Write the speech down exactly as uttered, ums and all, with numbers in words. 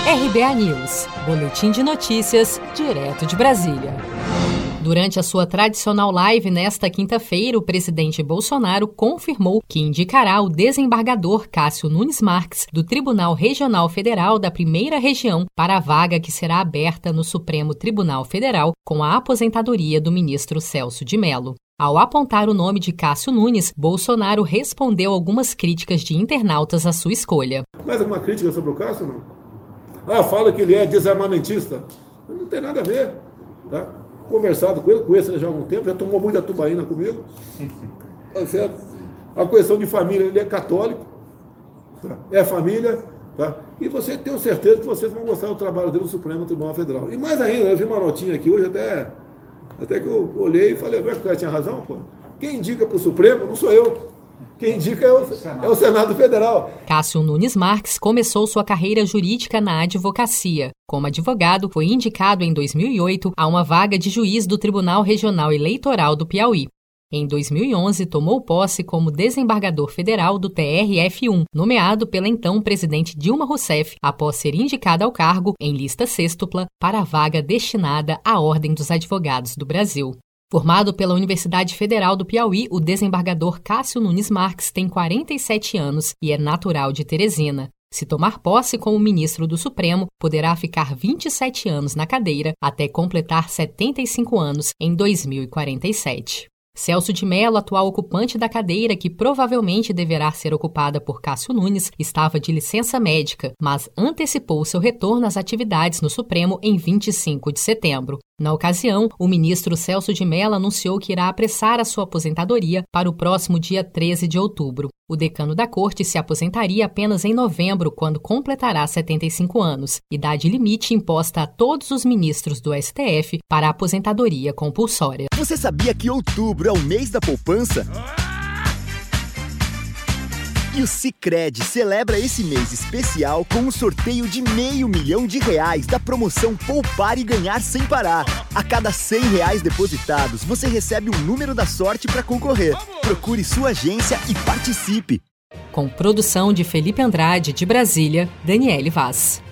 R B A News, boletim de notícias, direto de Brasília. Durante a sua tradicional live nesta quinta-feira, o presidente Bolsonaro confirmou que indicará o desembargador Cássio Nunes Marques, do Tribunal Regional Federal da Primeira Região, para a vaga que será aberta no Supremo Tribunal Federal com a aposentadoria do ministro Celso de Mello. Ao apontar o nome de Cássio Nunes, Bolsonaro respondeu algumas críticas de internautas à sua escolha. Mais alguma crítica sobre o Cássio, não? Ah, fala que ele é desarmamentista. Não tem nada a ver, tá? Conversado com ele, conheço ele já há algum tempo, já tomou muita tubaína comigo. Tá certo? A questão de família, ele é católico, tá? É família, tá? E você tem certeza que vocês vão gostar do trabalho dele no Supremo Tribunal Federal. E mais ainda, eu vi uma notinha aqui hoje, até, até que eu olhei e falei, vai que o cara tinha razão, pô. Quem indica para o Supremo não sou eu. Quem indica é o, é o Senado Federal. Cássio Nunes Marques começou sua carreira jurídica na advocacia. Como advogado, foi indicado em dois mil e oito a uma vaga de juiz do Tribunal Regional Eleitoral do Piauí. Em dois mil e onze, tomou posse como desembargador federal do T R F um, nomeado pela então presidente Dilma Rousseff, após ser indicado ao cargo em lista sêxtupla para a vaga destinada à Ordem dos Advogados do Brasil. Formado pela Universidade Federal do Piauí, o desembargador Cássio Nunes Marques tem quarenta e sete anos e é natural de Teresina. Se tomar posse como ministro do Supremo, poderá ficar vinte e sete anos na cadeira até completar setenta e cinco anos em dois mil e quarenta e sete. Celso de Mello, atual ocupante da cadeira, que provavelmente deverá ser ocupada por Cássio Nunes, estava de licença médica, mas antecipou seu retorno às atividades no Supremo em vinte e cinco de setembro. Na ocasião, o ministro Celso de Mello anunciou que irá apressar a sua aposentadoria para o próximo dia treze de outubro. O decano da corte se aposentaria apenas em novembro, quando completará setenta e cinco anos, idade limite imposta a todos os ministros do S T F para a aposentadoria compulsória. Você sabia que outubro é o mês da poupança? E o Sicredi celebra esse mês especial com um sorteio de meio milhão de reais da promoção Poupar e Ganhar Sem Parar. A cada cem reais depositados, você recebe um número da sorte para concorrer. Procure sua agência e participe. Com produção de Felipe Andrade, de Brasília, Daniele Vaz.